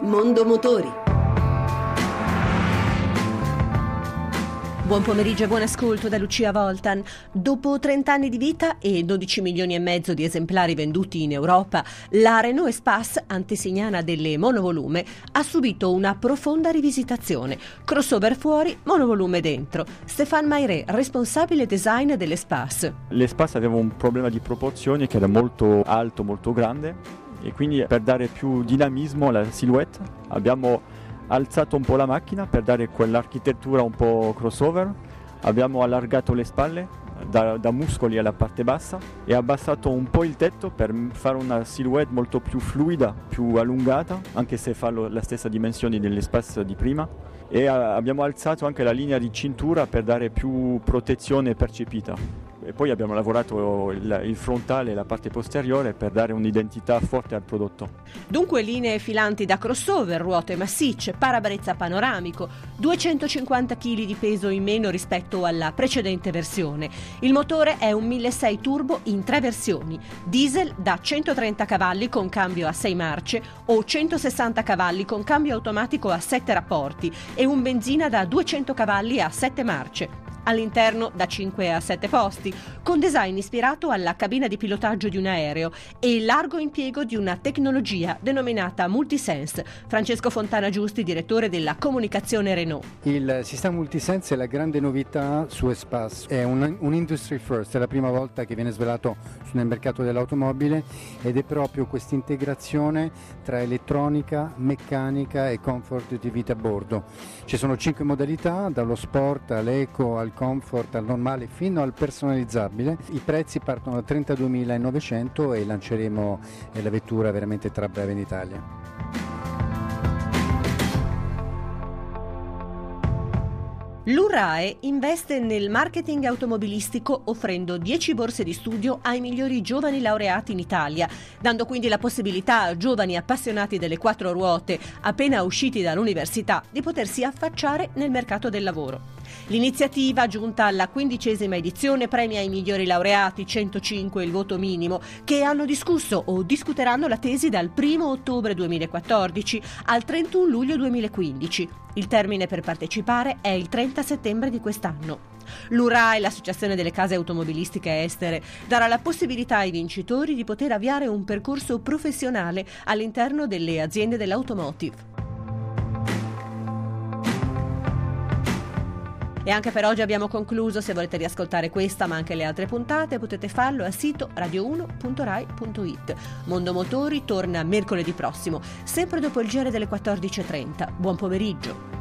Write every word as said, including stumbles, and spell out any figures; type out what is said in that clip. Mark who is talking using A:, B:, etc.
A: Mondo Motori. Buon pomeriggio e buon ascolto da Lucia Voltan. Dopo trenta anni di vita e dodici milioni e mezzo di esemplari venduti in Europa, la Renault Espace, antesignana delle monovolume, ha subito una profonda rivisitazione. Crossover fuori, monovolume dentro. Stéphane Mayret, responsabile design dell'Espace.
B: L'Espace aveva un problema di proporzioni che era molto alto, molto grande, e quindi per dare più dinamismo alla silhouette abbiamo alzato un po' la macchina per dare quell'architettura un po' crossover, abbiamo allargato le spalle da, da muscoli alla parte bassa e abbassato un po' il tetto per fare una silhouette molto più fluida, più allungata, anche se fa lo, la stessa dimensione dell'Espace di prima, e a, abbiamo alzato anche la linea di cintura per dare più protezione percepita. E poi abbiamo lavorato il, il frontale e la parte posteriore per dare un'identità forte al prodotto.
A: Dunque linee filanti da crossover, ruote massicce, parabrezza panoramico, duecentocinquanta chili di peso in meno rispetto alla precedente versione. Il motore è un milleseicento turbo in tre versioni, diesel da centotrenta cavalli con cambio a sei marce o centosessanta cavalli con cambio automatico a sette rapporti e un benzina da duecento cavalli a sette marce. All'interno da cinque a sette posti, con design ispirato alla cabina di pilotaggio di un aereo e il largo impiego di una tecnologia denominata Multisense. Francesco Fontana Giusti, direttore della comunicazione Renault.
C: Il sistema Multisense è la grande novità su Espace, è un, un industry first, è la prima volta che viene svelato nel mercato dell'automobile ed è proprio questa integrazione tra elettronica, meccanica e comfort di vita a bordo. Ci sono cinque modalità, dallo sport all'eco al comfort, al normale fino al personalizzabile. I prezzi partono da trentaduemilanovecento e lanceremo la vettura veramente tra breve in Italia.
A: L'U R A E investe nel marketing automobilistico offrendo dieci borse di studio ai migliori giovani laureati in Italia, dando quindi la possibilità a giovani appassionati delle quattro ruote appena usciti dall'università di potersi affacciare nel mercato del lavoro. L'iniziativa, giunta alla quindicesima edizione, premia i migliori laureati, centocinque il voto minimo, che hanno discusso o discuteranno la tesi dal primo ottobre duemilaquattordici al trentuno luglio duemilaquindici. Il termine per partecipare è il trenta settembre di quest'anno. L'U R A E, l'Associazione delle Case Automobilistiche Estere, darà la possibilità ai vincitori di poter avviare un percorso professionale all'interno delle aziende dell'automotive. E anche per oggi abbiamo concluso. Se volete riascoltare questa ma anche le altre puntate potete farlo al sito radio uno punto rai punto it. Mondo Motori torna mercoledì prossimo, sempre dopo il giro delle quattordici e trenta. Buon pomeriggio.